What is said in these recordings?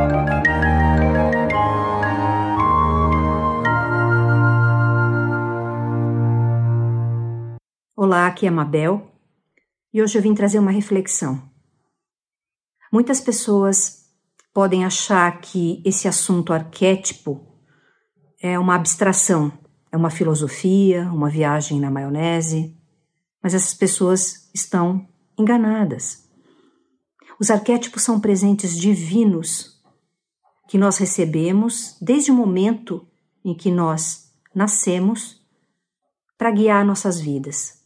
Olá, aqui é a Mabel e hoje eu vim trazer uma reflexão. Muitas pessoas podem achar que esse assunto arquétipo é uma abstração, é uma filosofia, uma viagem na maionese, mas essas pessoas estão enganadas. Os arquétipos são presentes divinos que nós recebemos desde o momento em que nós nascemos para guiar nossas vidas.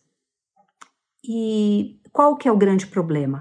E qual que é o grande problema?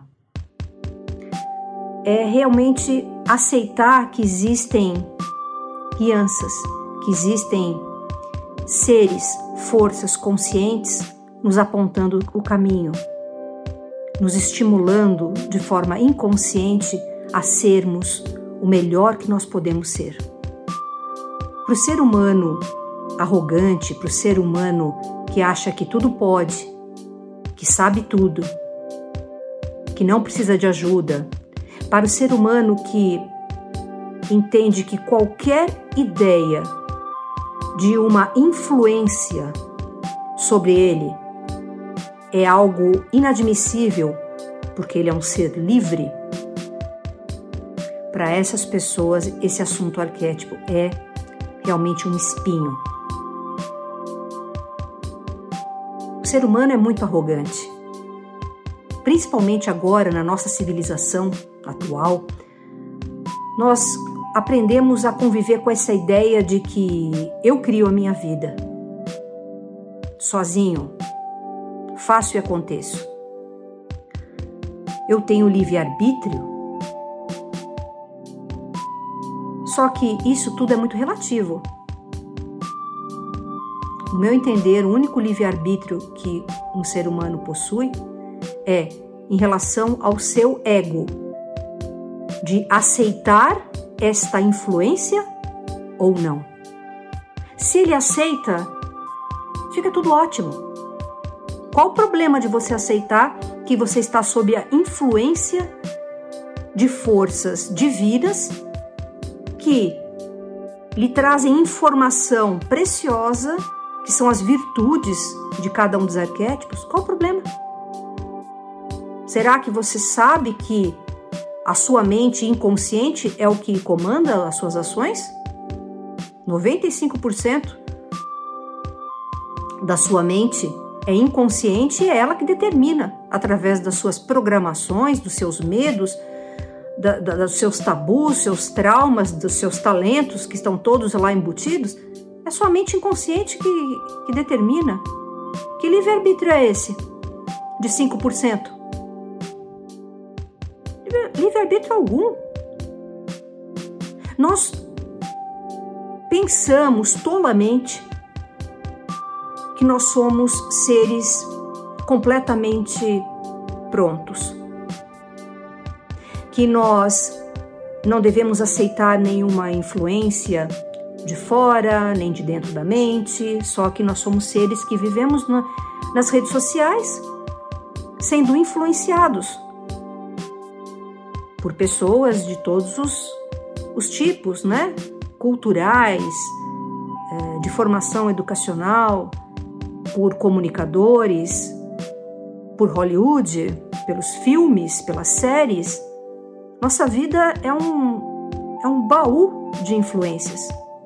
É realmente aceitar que existem guianças, que existem seres, forças conscientes nos apontando o caminho, nos estimulando de forma inconsciente a sermos o melhor que nós podemos ser. Para o ser humano arrogante, para o ser humano que acha que tudo pode, que sabe tudo, que não precisa de ajuda, para o ser humano que entende que qualquer ideia de uma influência sobre ele é algo inadmissível, porque ele é um ser livre, para essas pessoas esse assunto arquétipo é realmente um espinho. O ser humano é muito arrogante, principalmente agora na nossa civilização atual. Nós aprendemos a conviver com essa ideia de que eu crio a minha vida, sozinho, faço e aconteço. Eu tenho livre-arbítrio, só que isso tudo é muito relativo. No meu entender, o único livre-arbítrio que um ser humano possui é em relação ao seu ego, de aceitar esta influência ou não. Se ele aceita, fica tudo ótimo. Qual o problema de você aceitar que você está sob a influência de forças divinas que lhe trazem informação preciosa, que são as virtudes de cada um dos arquétipos? Qual o problema? Será que você sabe que a sua mente inconsciente é o que comanda as suas ações? 95% da sua mente é inconsciente e é ela que determina, através das suas programações, dos seus medos, dos seus tabus, seus traumas, dos seus talentos que estão todos lá embutidos. É sua mente inconsciente que determina. Que livre-arbítrio é esse? De 5%? Livre-arbítrio algum. Nós pensamos tolamente que nós somos seres completamente prontos, que nós não devemos aceitar nenhuma influência de fora, nem de dentro da mente, só que nós somos seres que vivemos nas redes sociais, sendo influenciados por pessoas de todos os tipos, né? Culturais, de formação educacional, por comunicadores, por Hollywood, pelos filmes, pelas séries. Nossa vida é um baú de influências.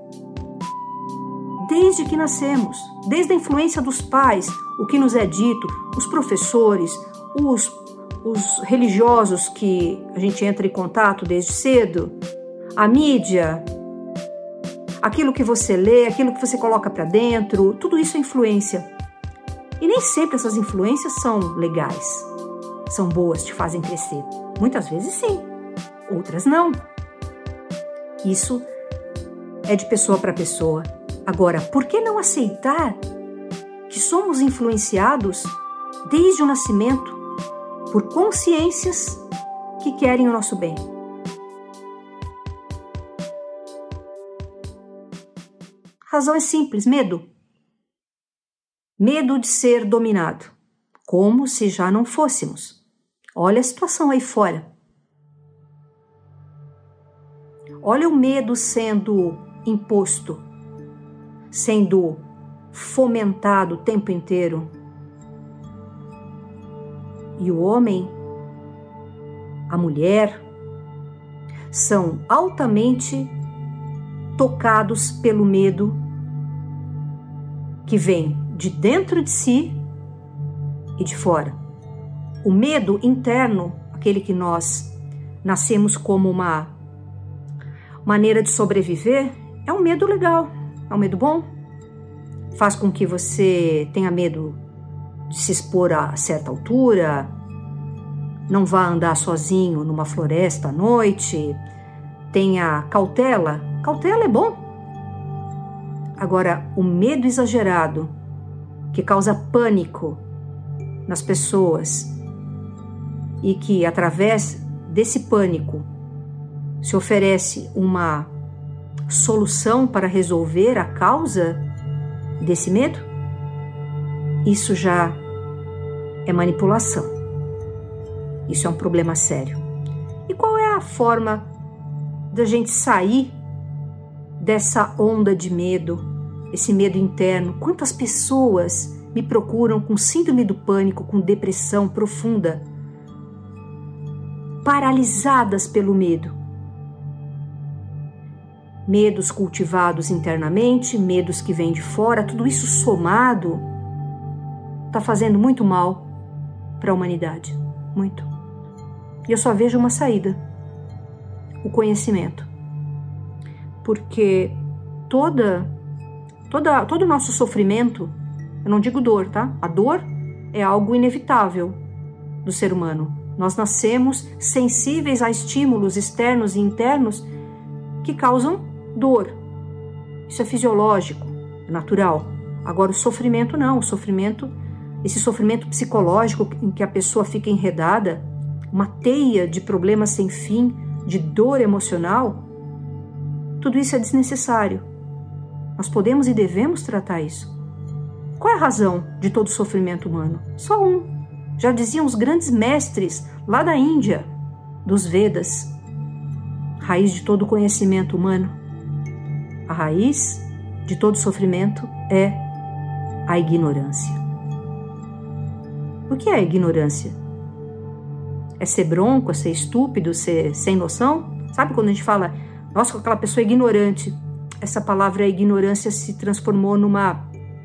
Desde que nascemos, desde a influência dos pais, o que nos é dito, os professores, os religiosos que a gente entra em contato desde cedo, a mídia, aquilo que você lê, aquilo que você coloca para dentro, tudo isso é influência. E nem sempre essas influências são legais, são boas, te fazem crescer. Muitas vezes sim, outras não. Isso é de pessoa para pessoa. Agora, por que não aceitar que somos influenciados desde o nascimento por consciências que querem o nosso bem? A razão é simples: medo. Medo de ser dominado, como se já não fôssemos. Olha a situação aí fora. Olha o medo sendo imposto, sendo fomentado o tempo inteiro. E o homem, a mulher, são altamente tocados pelo medo que vem de dentro de si e de fora. O medo interno, aquele que nós nascemos como uma maneira de sobreviver, é um medo legal, é um medo bom. Faz com que você tenha medo de se expor a certa altura, não vá andar sozinho numa floresta à noite, tenha cautela. Cautela é bom. Agora, o medo exagerado, que causa pânico nas pessoas e que, através desse pânico, se oferece uma solução para resolver a causa desse medo, isso já é manipulação. Isso é um problema sério. E qual é a forma da gente sair dessa onda de medo, esse medo interno? Quantas pessoas me procuram com síndrome do pânico, com depressão profunda, paralisadas pelo medo? Medos cultivados internamente, medos que vêm de fora, tudo isso somado está fazendo muito mal para a humanidade, muito. E eu só vejo uma saída: o conhecimento. Porque todo o nosso sofrimento, eu não digo dor, tá? A dor é algo inevitável do ser humano. Nós nascemos sensíveis a estímulos externos e internos que causam dor. Isso é fisiológico, é natural. Agora o sofrimento não, esse sofrimento psicológico em que a pessoa fica enredada, uma teia de problemas sem fim, de dor emocional, tudo isso é desnecessário. Nós podemos e devemos tratar isso. Qual é a razão de todo o sofrimento humano? Só um. Já diziam os grandes mestres lá da Índia, dos Vedas. Raiz de todo o conhecimento humano. A raiz de todo sofrimento é a ignorância. O que é a ignorância? É ser bronco, é ser estúpido, ser sem noção? Sabe quando a gente fala, nossa, aquela pessoa é ignorante? Essa palavra ignorância se transformou numa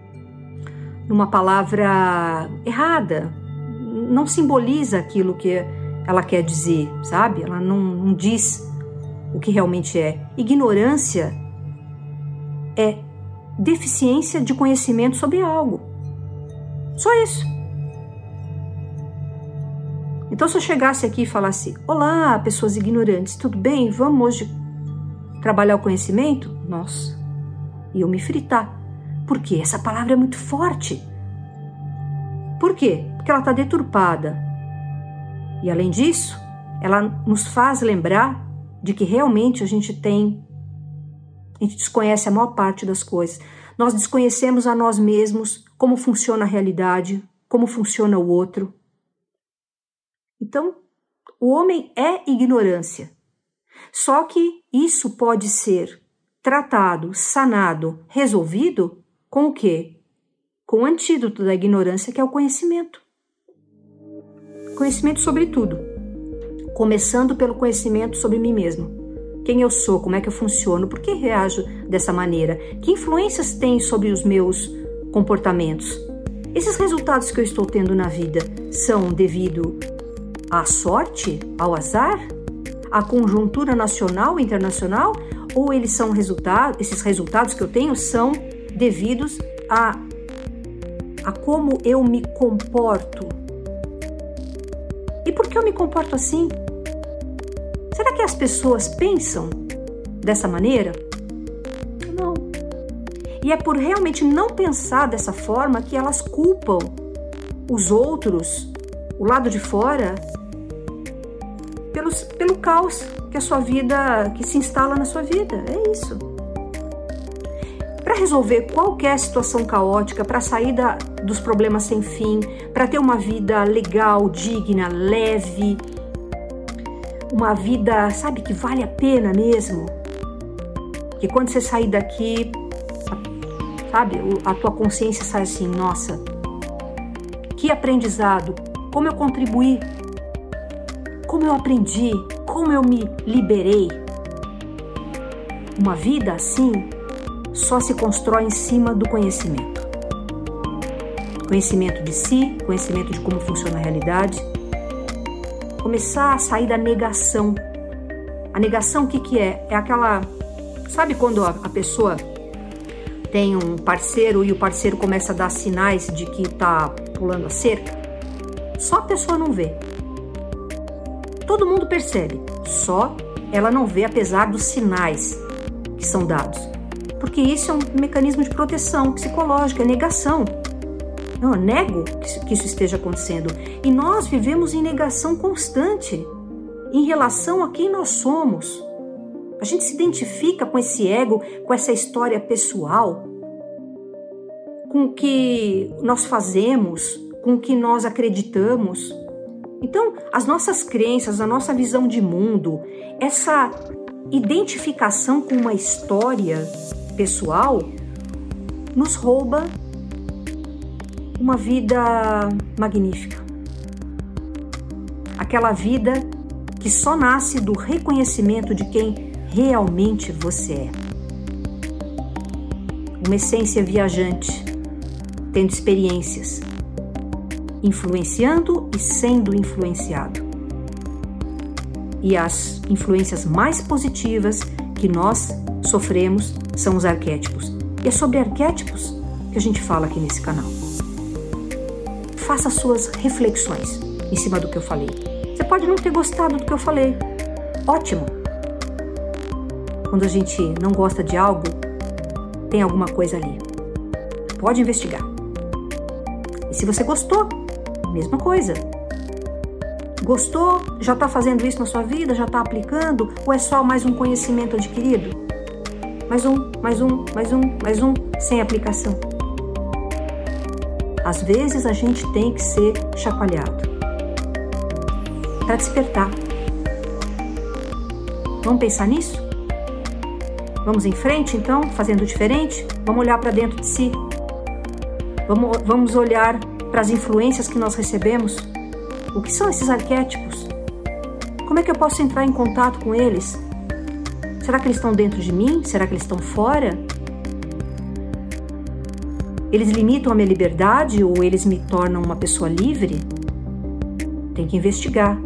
palavra errada. Não simboliza aquilo que ela quer dizer, sabe? Ela não diz o que realmente é. Ignorância é deficiência de conhecimento sobre algo. Só isso. Então, se eu chegasse aqui e falasse, olá, pessoas ignorantes, tudo bem? Vamos hoje trabalhar o conhecimento? Nossa, iam me fritar. Por quê? Essa palavra é muito forte. Por quê? Porque ela está deturpada. E, além disso, ela nos faz lembrar de que realmente a gente desconhece a maior parte das coisas. Nós desconhecemos a nós mesmos, como funciona a realidade, como funciona o outro. Então, o homem é ignorância. Só que isso pode ser tratado, sanado, resolvido com o quê? Com o antídoto da ignorância, que é o conhecimento. Conhecimento sobre tudo. Começando pelo conhecimento sobre mim mesmo. Quem eu sou, como é que eu funciono, por que reajo dessa maneira, que influências tem sobre os meus comportamentos. Esses resultados que eu estou tendo na vida são devido à sorte, ao azar, à conjuntura nacional e internacional, ou esses resultados que eu tenho são devidos a como eu me comporto? E por que eu me comporto assim? Será que as pessoas pensam dessa maneira? Não. E é por realmente não pensar dessa forma que elas culpam os outros, o lado de fora, pelo caos que se instala na sua vida. É isso. Para resolver qualquer situação caótica, para sair dos problemas sem fim, para ter uma vida legal, digna, leve, uma vida, sabe, que vale a pena mesmo, Que quando você sair daqui, sabe, a tua consciência sai assim, nossa, que aprendizado, como eu contribuí, como eu aprendi, como eu me liberei. Uma vida assim só se constrói em cima do conhecimento. Conhecimento de si, conhecimento de como funciona a realidade. Começar a sair da negação. A negação o que é? É aquela... Sabe quando a pessoa tem um parceiro e o parceiro começa a dar sinais de que está pulando a cerca? Só a pessoa não vê. Todo mundo percebe, só ela não vê apesar dos sinais que são dados. Porque isso é um mecanismo de proteção psicológica, é negação. Eu nego que isso esteja acontecendo. E nós vivemos em negação constante em relação a quem nós somos. A gente se identifica com esse ego, com essa história pessoal, com o que nós fazemos, com o que nós acreditamos. Então, as nossas crenças, a nossa visão de mundo, essa identificação com uma história pessoal, nos rouba uma vida magnífica. Aquela vida que só nasce do reconhecimento de quem realmente você é. Uma essência viajante, tendo experiências, influenciando e sendo influenciado. E as influências mais positivas que nós sofremos são os arquétipos. E é sobre arquétipos que a gente fala aqui nesse canal. Faça suas reflexões em cima do que eu falei. Você pode não ter gostado do que eu falei. Ótimo! Quando a gente não gosta de algo, tem alguma coisa ali. Pode investigar. E se você gostou, mesma coisa. Gostou? Já está fazendo isso na sua vida? Já está aplicando? Ou é só mais um conhecimento adquirido? Mais um, sem aplicação. Às vezes a gente tem que ser chacoalhado para despertar. Vamos pensar nisso? Vamos em frente, então, fazendo diferente? Vamos olhar para dentro de si. Vamos olhar para as influências que nós recebemos. O que são esses arquétipos? Como é que eu posso entrar em contato com eles? Será que eles estão dentro de mim? Será que eles estão fora? Eles limitam a minha liberdade ou eles me tornam uma pessoa livre? Tem que investigar.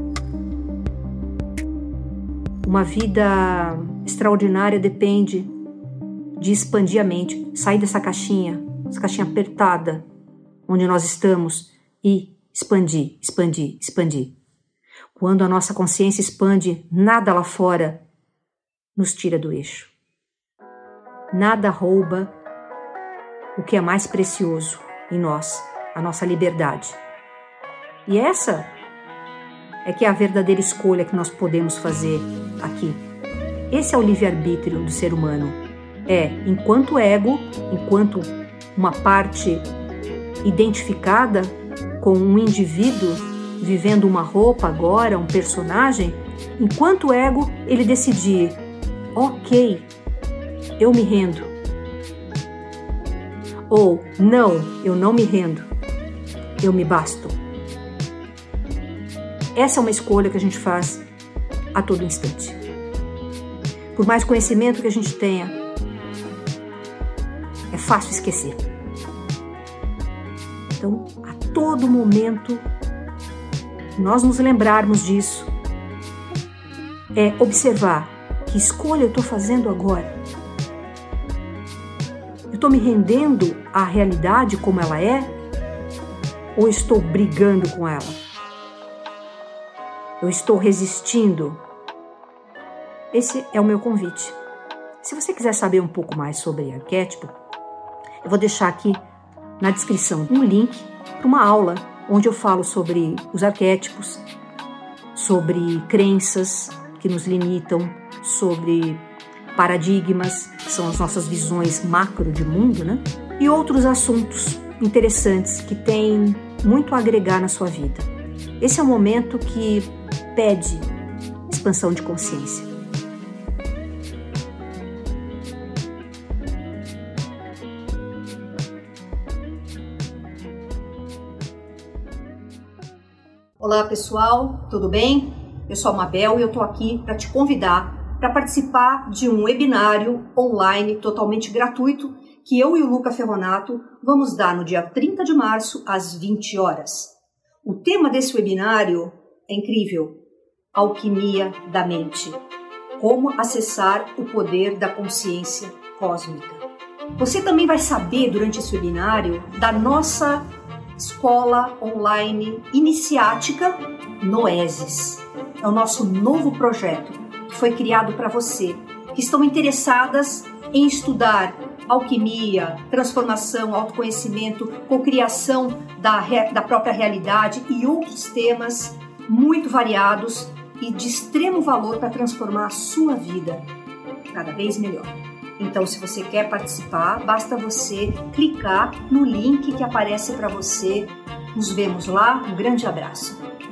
Uma vida extraordinária depende de expandir a mente, sair dessa caixinha, essa caixinha apertada, onde nós estamos, e expandir. Quando a nossa consciência expande, nada lá fora nos tira do eixo. Nada rouba o que é mais precioso em nós, a nossa liberdade. E essa é que é a verdadeira escolha que nós podemos fazer aqui. Esse é o livre-arbítrio do ser humano. Enquanto ego, enquanto uma parte identificada com um indivíduo vivendo uma roupa agora, um personagem, enquanto ego, ele decidir, ok, eu me rendo. Ou, não, eu não me rendo, eu me basto. Essa é uma escolha que a gente faz a todo instante. Por mais conhecimento que a gente tenha, é fácil esquecer. Então, a todo momento, nós nos lembrarmos disso, é observar que escolha eu estou fazendo agora. Eu estou me rendendo à realidade como ela é? Ou estou brigando com ela? Eu estou resistindo? Esse é o meu convite. Se você quiser saber um pouco mais sobre arquétipo, eu vou deixar aqui na descrição um link para uma aula onde eu falo sobre os arquétipos, sobre crenças que nos limitam, sobre paradigmas, que são as nossas visões macro de mundo, né? E outros assuntos interessantes que têm muito a agregar na sua vida. Esse é um momento que pede expansão de consciência. Olá pessoal, tudo bem? Eu sou a Mabel e eu estou aqui para te convidar para participar de um webinário online totalmente gratuito que eu e o Luca Ferronato vamos dar no dia 30 de março às 20 horas. O tema desse webinário é incrível: Alquimia da Mente. Como acessar o poder da consciência cósmica. Você também vai saber durante esse webinário da nossa escola online iniciática Noesis. É o nosso novo projeto que foi criado para você que estão interessadas em estudar alquimia, transformação, autoconhecimento, cocriação da própria realidade e outros temas muito variados e de extremo valor para transformar a sua vida cada vez melhor. Então, se você quer participar, basta você clicar no link que aparece para você. Nos vemos lá. Um grande abraço.